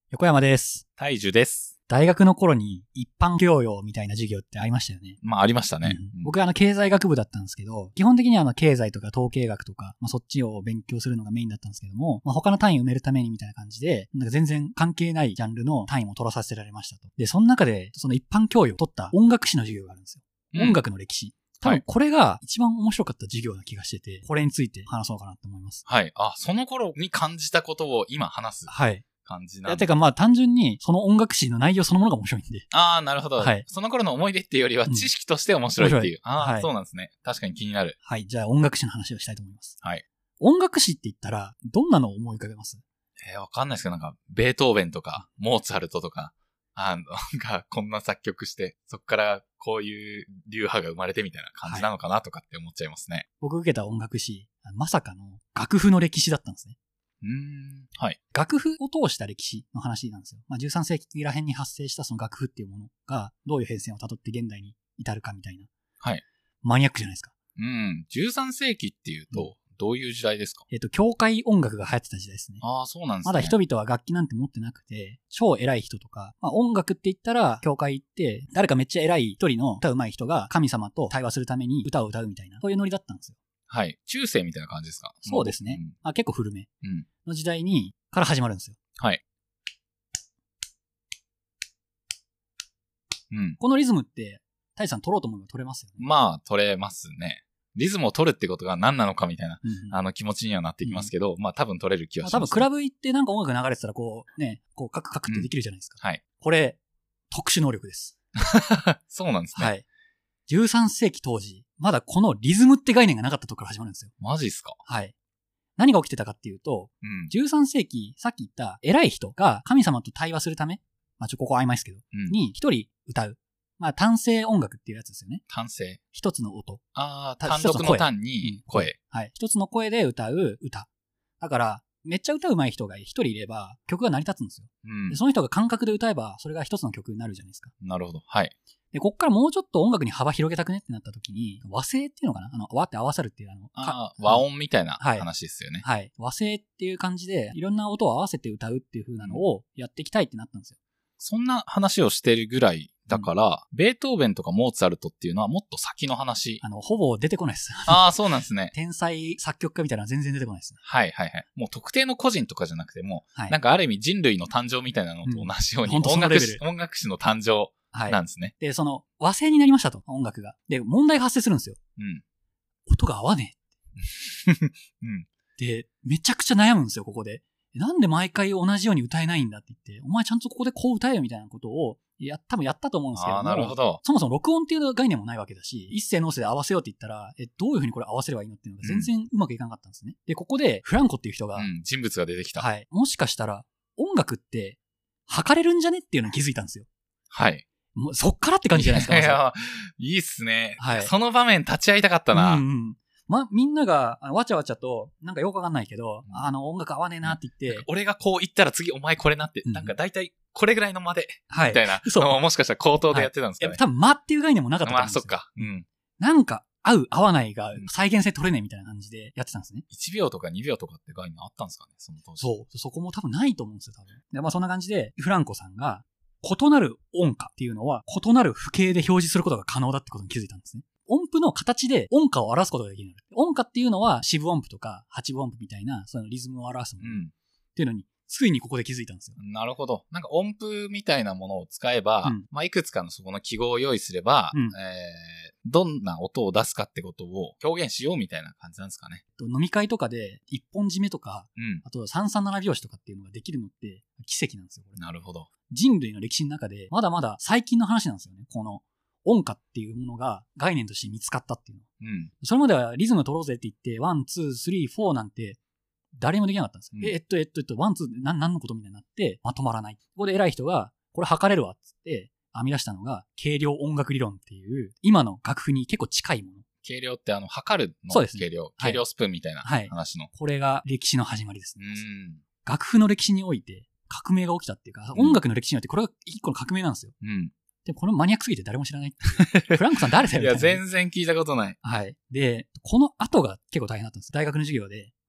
横山です。 大樹です。 大学の頃に一般教養みたいな授業ってありましたよね。 まあありましたね。 僕は経済学部だったんですけど、基本的には経済とか統計学とか、そっちを勉強するのがメインだったんですけども、他の単位を埋めるためにみたいな感じで、全然関係ないジャンルの単位も取らさせられましたと。で、その中でその一般教養を取った音楽史の授業があるんですよ。音楽の歴史。多分これが一番面白かった授業な気がしてて、これについて話そうかなと思います。 はい。その頃に感じたことを今話す。はい。感じなんで。 てか単純にその音楽史の内容そのものが面白いんで。 なるほど。はい。その頃の思い出っていうよりは知識として面白いっていう。はい、そうなんですね。確かに気になる。 はい。じゃあ音楽史の話をしたいと思います。 はい。 音楽史って言ったらどんなのを思い浮かべます？ わかんないですけどベートーベンとか、モーツァルトとか、こんな作曲して、そっからこういう流派が生まれてみたいな感じなのかなとかって思っちゃいますね。 僕受けた音楽史、まさかの楽譜の歴史だったんですね。 はい。 楽譜を通した歴史の話なんですよ。13世紀ら辺に発生したその楽譜っていうものが、どういう変遷をたどって現代に至るかみたいな。 はい。 マニアックじゃないですか。 13世紀っていうと、どういう時代ですか？ 教会音楽が流行ってた時代ですね。 そうなんですね。 まだ人々は楽器なんて持ってなくて、超偉い人とか、音楽って言ったら、教会行って、誰かめっちゃ偉い一人の歌うまい人が神様と対話するために歌を歌うみたいな、そういうノリだったんですよ。 はい。中世みたいな感じですか？ そうですね。結構古めの時代から始まるんですよ。 はい。 このリズムって、大地さん取ろうと思えば取れますよね。 まあ、取れますね。リズムを取るってことが何なのかみたいな、気持ちにはなってきますけど、多分取れる気はします、ね。 多分クラブ行って音楽流れてたらカクカクってできるじゃないですか。 はい。 これ、特殊能力です。 そうなんですね。 はい。13世紀当時、まだこのリズムって概念がなかったところから始まるんですよ。 マジっすか？ はい。何が起きてたかっていうと、13世紀、さっき言った偉い人が神様と対話するため、ここ曖昧ですけど、に一人歌う。単声音楽っていうやつですよね。 単声。 一つの音。 単独の単に声。 はい。一つの声で歌う歌。だから、めっちゃ歌うまい人が一人いれば、曲が成り立つんですよ。でその人が感覚で歌えば、それが一つの曲になるじゃないですか。 なるほど。はい。 で、こっからもうちょっと音楽に幅広げたくねってなった時に、和声っていうのかな和って合わさるっていう和音みたいな話ですよね。 はい。和声っていう感じで、いろんな音を合わせて歌うっていう風なのをやっていきたいってなったんですよ。 そんな話をしてるぐらいだから、ベートーベンとかモーツァルトっていうのはもっと先の話。 ほぼ出てこないです。 そうなんですね。 天才作曲家みたいなのは全然出てこないですね。 はいはいはい。もう特定の個人とかじゃなくても、ある意味人類の誕生みたいなのと同じように、音楽史の誕生なんですね。 で、和声になりましたと、音楽が。で、問題発生するんですよ。音が合わねえ。で、めちゃくちゃ悩むんですよ、ここで。なんで毎回同じように歌えないんだって言って、お前ちゃんとここでこう歌えよみたいなことを、多分やったと思うんですけども。 なるほど。 そもそも録音っていう概念もないわけだし、一声の声で合わせようって言ったら、どういう風にこれ合わせればいいのっていうのが全然うまくいかなかったんですね。で、ここでフランコっていう人が、 人物が出てきた。 はい。もしかしたら、音楽って、測れるんじゃねっていうのに気づいたんですよ。 はい。 もうそっからって感じじゃないですか。 いや、いいっすね。 はい。 その場面立ち会いたかったな。 みんなが、わちゃわちゃと、よくわかんないけど、音楽合わねえなって言って。 俺がこう言ったら次お前これなって、大体これぐらいの間で、みたいな。もしかしたら口頭でやってたんですかね。 多分間っていう概念もなかったと思うんですよ。 そっか。 合う合わないが再現性取れねえみたいな感じでやってたんですね。 1秒とか2秒とかって概念あったんですかね、その当時。 そう。そこも多分ないと思うんですよ、多分。で、そんな感じで、フランコさんが、異なる音歌っていうのは、異なる符形で表示することが可能だってことに気づいたんですね。音符の形で音歌を表すことができる。音歌っていうのは四分音符とか八分音符みたいな、そのリズムを表すもの。っていうのに、ついにここで気づいたんですよ。 なるほど。音符みたいなものを使えば、いくつかのそこの記号を用意すれば、どんな音を出すかってことを表現しようみたいな感じなんですかね。 飲み会とかで一本締めとか、あと337拍子とかっていうのができるのって奇跡なんですよ、これ。 なるほど。 人類の歴史の中で、まだまだ最近の話なんですよね。この音歌っていうものが概念として見つかったっていうの。それまではリズム取ろうぜって言って、1、2、3、4なんて誰もできなかったんですよ。1、2、何のことみたいになってまとまらない。ここで偉い人が、これ測れるわっつって編み出したのが、軽量音楽理論っていう、今の楽譜に結構近いもの。 軽量って測るの？ そうですね。 軽量。軽量スプーンみたいな話の。 これが歴史の始まりですね。楽譜の歴史において革命が起きたっていうか、音楽の歴史においてこれが一個の革命なんですよ。で、このマニアックすぎて誰も知らない。フランクさん誰だよみたいな。 いや、全然聞いたことない。 はい。で、この後が結構大変だったんです。大学の授業で、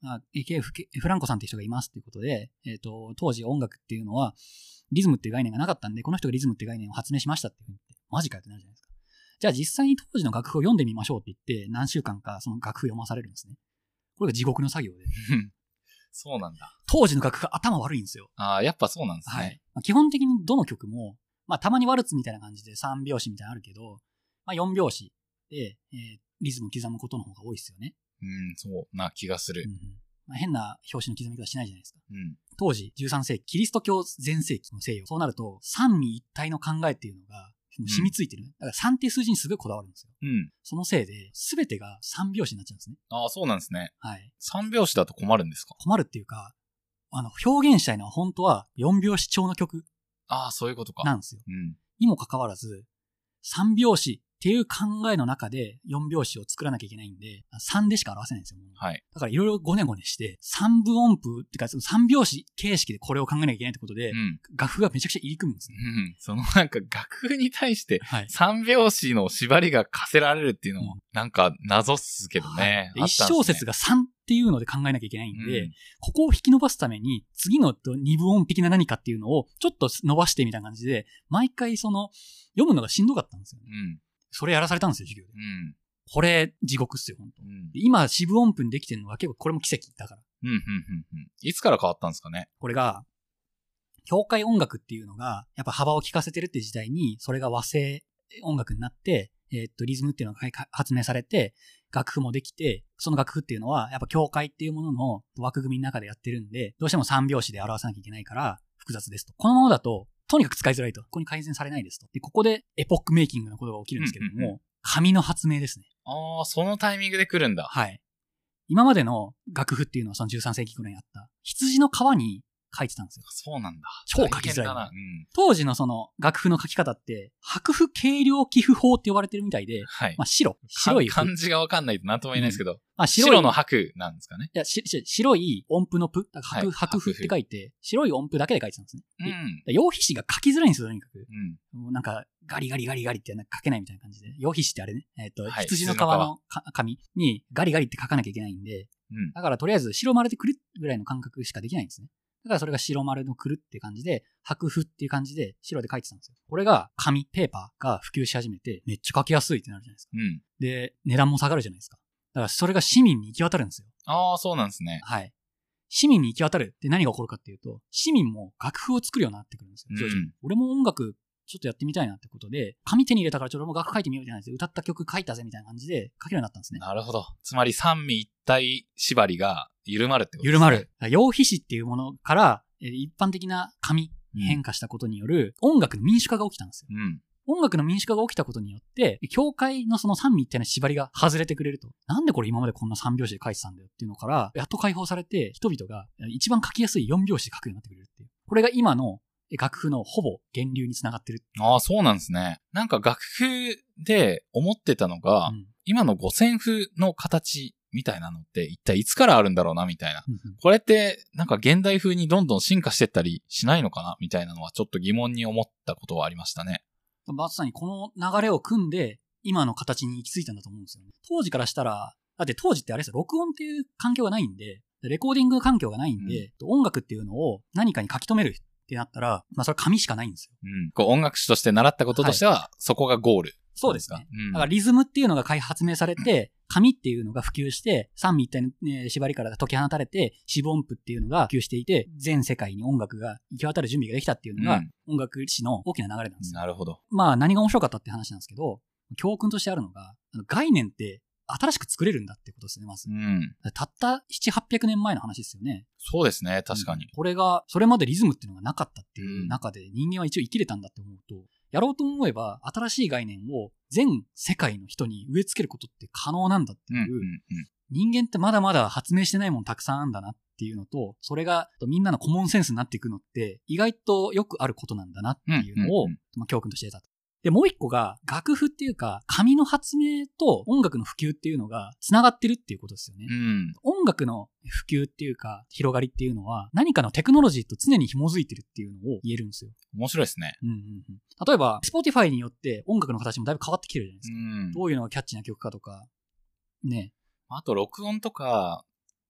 フランコさんっていう人がいますっていうことで、当時音楽っていうのは、リズムっていう概念がなかったんで、この人がリズムっていう概念を発明しましたっていうふうに言って、マジかよってなるじゃないですか。じゃあ実際に当時の楽譜を読んでみましょうって言って、何週間かその楽譜読まされるんですね。これが地獄の作業で。 そうなんだ。 当時の楽譜頭悪いんですよ。 ああ、やっぱそうなんですね。 はい。基本的にどの曲も、たまにワルツみたいな感じで3拍子みたいなのあるけど、4拍子で、リズムを刻むことの方が多いですよね。 そうな気がする。 変な拍子の刻み方しないじゃないですか。 当時13世紀、キリスト教全盛期の西洋。そうなると、三位一体の考えっていうのが染みついてる。だから3っていう数字にすごいこだわるんですよ。そのせいで、すべてが3拍子になっちゃうんですね。 ああ、そうなんですね。 はい。 3拍子だと困るんですか？ 困るっていうか、表現したいのは本当は4拍子調の曲。 ああ、そういうことか。 なんですよ。にもかかわらず、3拍子っていう考えの中で4拍子を作らなきゃいけないんで、3でしか表せないんですよ。 はい。 だからいろいろごねごねして、3分音符ってか、3拍子形式でこれを考えなきゃいけないってことで、楽譜がめちゃくちゃ入り組むんですね。 そのなんか楽譜に対して、3拍子の縛りが課せられるっていうのも、なんか謎っすけどね。 1小節が3っていうので考えなきゃいけないんで、ここを引き伸ばすために、次の二分音的な何かっていうのをちょっと伸ばしてみたいな感じで、毎回読むのがしんどかったんですよね。それやらされたんですよ、授業で。これ、地獄っすよ、本当。今、四分音符にできてるのは結構これも奇跡だから。 いつから変わったんですかね？ これが、教会音楽っていうのが、やっぱ幅を利かせてるって時代に、それが和製音楽になって、リズムっていうのが発明されて、楽譜もできて、その楽譜っていうのは、やっぱ教会っていうものの枠組みの中でやってるんで、どうしても3拍子で表さなきゃいけないから、複雑ですと。このままだと、とにかく使いづらいと。ここに改善されないですと。で、ここでエポックメイキングのことが起きるんですけれども、紙の発明ですね。 ああ、そのタイミングで来るんだ。 はい。今までの楽譜っていうのはその13世紀くらいにあった羊の皮に書いてたんですよ。 そうなんだ。 超書きづらい。当時のその楽譜の書き方って、白譜軽量寄付法って呼ばれてるみたいで、白い。 漢字がわかんないと何とも言えないですけど、 白の白なんですかね。 いや、白い音符のプ、白譜って書いて、白い音符だけで書いてたんですね。羊皮紙が書きづらいんですよ、とにかく。なんか、ガリガリガリガリって書けないみたいな感じで。羊皮紙ってあれね、羊の皮の紙にガリガリって書かなきゃいけないんで、だからとりあえず白丸でくるぐらいの感覚しかできないんですね。だからそれが白丸のくるって感じで、白譜っていう感じで白で書いてたんですよ。これが紙、ペーパーが普及し始めて、めっちゃ書きやすいってなるじゃないですか。で、値段も下がるじゃないですか。だからそれが市民に行き渡るんですよ。 ああ、そうなんですね。 はい。市民に行き渡るって何が起こるかっていうと、市民も楽譜を作るようになってくるんですよ。徐々に。俺も音楽ちょっとやってみたいなってことで、紙手に入れたからちょっと俺も楽譜書いてみようじゃないですか。歌った曲書いたぜみたいな感じで書けるようになったんですね。 なるほど。つまり三位一体縛りが緩まるってことですね。 緩まる。羊皮紙っていうものから、一般的な紙に変化したことによる音楽の民主化が起きたんですよ。音楽の民主化が起きたことによって、教会のその三位一体の縛りが外れてくれると。なんでこれ今までこんな三拍子で書いてたんだよっていうのから、やっと解放されて、人々が一番書きやすい四拍子で書くようになってくれるっていう。これが今の楽譜のほぼ源流につながってる。 ああ、そうなんですね。なんか楽譜で思ってたのが、今の五線譜の形みたいなのって一体いつからあるんだろうなみたいな。これってなんか現代風にどんどん進化してったりしないのかなみたいなのはちょっと疑問に思ったことはありましたね。 まさにこの流れを組んで今の形に行き着いたんだと思うんですよね。当時からしたら、だって当時ってあれですよ、録音っていう環境がないんで、レコーディング環境がないんで、音楽っていうのを何かに書き留めるってなったら、それは紙しかないんですよ。 こう音楽史として習ったこととしては、そこがゴール。 そうですね。だからリズムっていうのが発明されて、紙っていうのが普及して、三位一体の縛りから解き放たれて、四分音符っていうのが普及していて、全世界に音楽が行き渡る準備ができたっていうのが、音楽史の大きな流れなんですよ。 なるほど。 何が面白かったって話なんですけど、教訓としてあるのが、概念って新しく作れるんだってことですね、まず。たった7、800年前の話ですよね。 そうですね、確かに。 これが、それまでリズムっていうのがなかったっていう中で、人間は一応生きれたんだって思うと、やろうと思えば、新しい概念を全世界の人に植え付けることって可能なんだっていう、人間ってまだまだ発明してないものたくさんあるんだなっていうのと、それがみんなのコモンセンスになっていくのって、意外とよくあることなんだなっていうのを、教訓として得たと。で、もう一個が、楽譜っていうか、紙の発明と音楽の普及っていうのが繋がってるっていうことですよね。音楽の普及っていうか、広がりっていうのは、何かのテクノロジーと常に紐づいてるっていうのを言えるんですよ。 面白いですね。 例えば、Spotify によって音楽の形もだいぶ変わってきてるじゃないですか。どういうのがキャッチな曲かとか、ね。 あと、録音とか、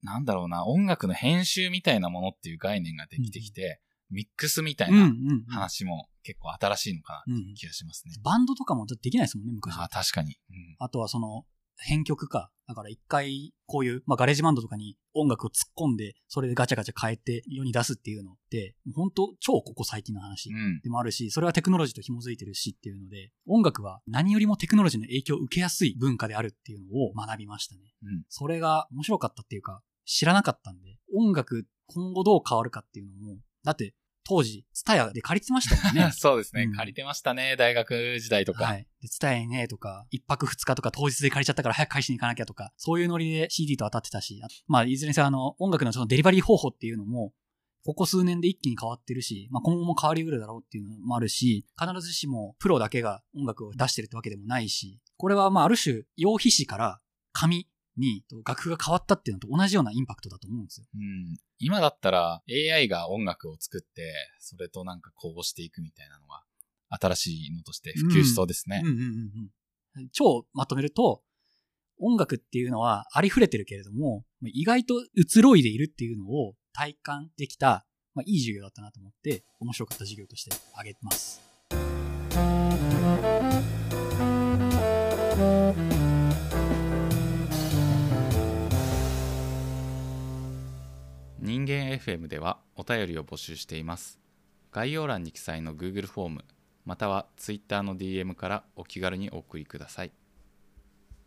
なんだろうな、音楽の編集みたいなものっていう概念ができてきて、ミックスみたいな話も結構新しいのかなっていう気がしますね。 バンドとかもできないですもんね、昔。 あ、確かに。 あとはその、編曲か。だから一回、こういう、ガレージバンドとかに音楽を突っ込んで、それでガチャガチャ変えて世に出すっていうのって、本当超ここ最近の話でもあるし、それはテクノロジーと紐づいてるしっていうので、音楽は何よりもテクノロジーの影響を受けやすい文化であるっていうのを学びましたね。それが面白かったっていうか、知らなかったんで、音楽今後どう変わるかっていうのも、だって、当時、ツタヤで借りてましたもんね。 そうですね、借りてましたね、大学時代とか。 はい。で、ツタヤにね、とか、一泊二日とか当日で借りちゃったから早く返しに行かなきゃとか、そういうノリで CD と当たってたし、いずれにせよ音楽のそのデリバリー方法っていうのも、ここ数年で一気に変わってるし、今後も変わりうるだろうっていうのもあるし、必ずしもプロだけが音楽を出してるってわけでもないし、これはある種、用筆紙から紙に楽譜が変わったっていうのと同じようなインパクトだと思うんですよ。 今だったら AI が音楽を作って、それとなんかこうしていくみたいなのが新しいのとして普及しそうですね。 超まとめると、音楽っていうのはありふれてるけれども、意外と移ろいでいるっていうのを体感できた、いい授業だったなと思って、面白かった授業として挙げます。 人間 FM ではお便りを募集しています。概要欄に記載の Google フォームまたは Twitter の DM からお気軽にお送りください。